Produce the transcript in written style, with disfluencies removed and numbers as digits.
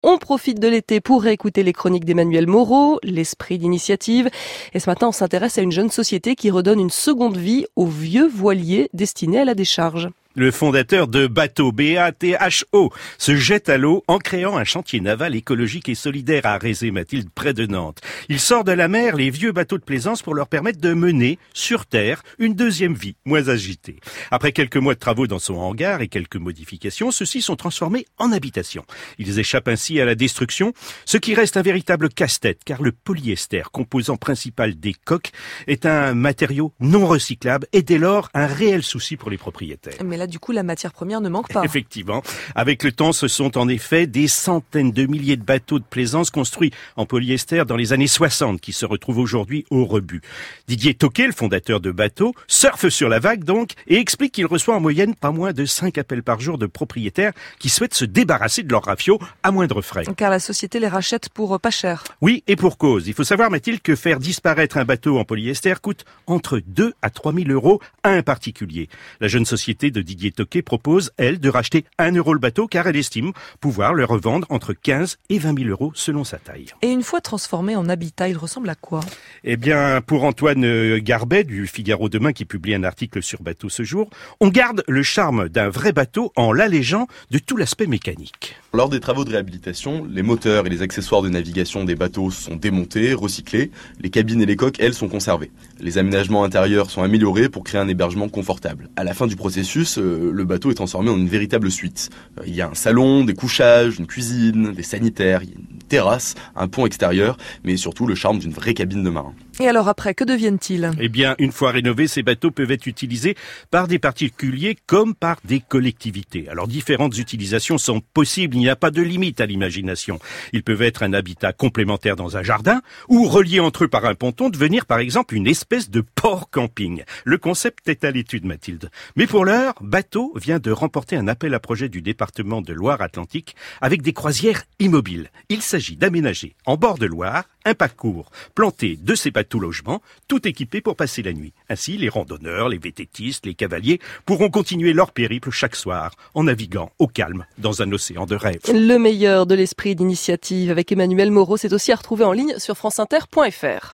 On profite de l'été pour réécouter les chroniques d'Emmanuel Moreau, l'esprit d'initiative. Et ce matin, on s'intéresse à une jeune société qui redonne une seconde vie aux vieux voiliers destinés à la décharge. Le fondateur de Batho, B-A-T-H-O, se jette à l'eau en créant un chantier naval écologique et solidaire à Rézé-Mathilde, près de Nantes. Il sort de la mer les vieux bateaux de plaisance pour leur permettre de mener, sur terre, une deuxième vie, moins agitée. Après quelques mois de travaux dans son hangar et quelques modifications, ceux-ci sont transformés en habitation. Ils échappent ainsi à la destruction, ce qui reste un véritable casse-tête, car le polyester, composant principal des coques, est un matériau non recyclable et dès lors un réel souci pour les propriétaires. Mais là, du coup, la matière première ne manque pas. Effectivement. Avec le temps, ce sont en effet des centaines de milliers de bateaux de plaisance construits en polyester dans les années 60 qui se retrouvent aujourd'hui au rebut. Didier Toquet, le fondateur de Batho, surfe sur la vague donc et explique qu'il reçoit en moyenne pas moins de 5 appels par jour de propriétaires qui souhaitent se débarrasser de leurs rafiaux à moindre frais. Car la société les rachète pour pas cher. Oui, et pour cause. Il faut savoir, Mathilde, que faire disparaître un bateau en polyester coûte entre 2 à 3 000 euros à un particulier. La jeune société de Didier Toquet propose, elle, de racheter 1 euro le bateau car elle estime pouvoir le revendre entre 15 et 20 000 euros selon sa taille. Et une fois transformé en habitat, il ressemble à quoi ? Eh bien, pour Antoine Garbet du Figaro Demain qui publie un article sur Batho ce jour, on garde le charme d'un vrai bateau en l'allégeant de tout l'aspect mécanique. Lors des travaux de réhabilitation, les moteurs et les accessoires de navigation des bateaux sont démontés, recyclés. Les cabines et les coques, elles, sont conservées. Les aménagements intérieurs sont améliorés pour créer un hébergement confortable. À la fin du processus, le bateau est transformé en une véritable suite. Il y a un salon, des couchages, une cuisine, des sanitaires, il y a une terrasse, un pont extérieur, mais surtout le charme d'une vraie cabine de marin. Et alors après, que deviennent-ils ? Eh bien, une fois rénovés, ces bateaux peuvent être utilisés par des particuliers comme par des collectivités. Alors, différentes utilisations sont possibles, il n'y a pas de limite à l'imagination. Ils peuvent être un habitat complémentaire dans un jardin ou reliés entre eux par un ponton, devenir par exemple une espèce de port camping. Le concept est à l'étude, Mathilde. Mais pour l'heure, Batho vient de remporter un appel à projet du département de Loire-Atlantique avec des croisières immobiles. Il s'agit d'aménager en bord de Loire un parcours planté de ces bateaux logements, tout équipé pour passer la nuit. Ainsi, les randonneurs, les vététistes, les cavaliers pourront continuer leur périple chaque soir en naviguant au calme dans un océan de rêve. Le meilleur de l'esprit d'initiative avec Emmanuel Moreau, c'est aussi à retrouver en ligne sur franceinter.fr.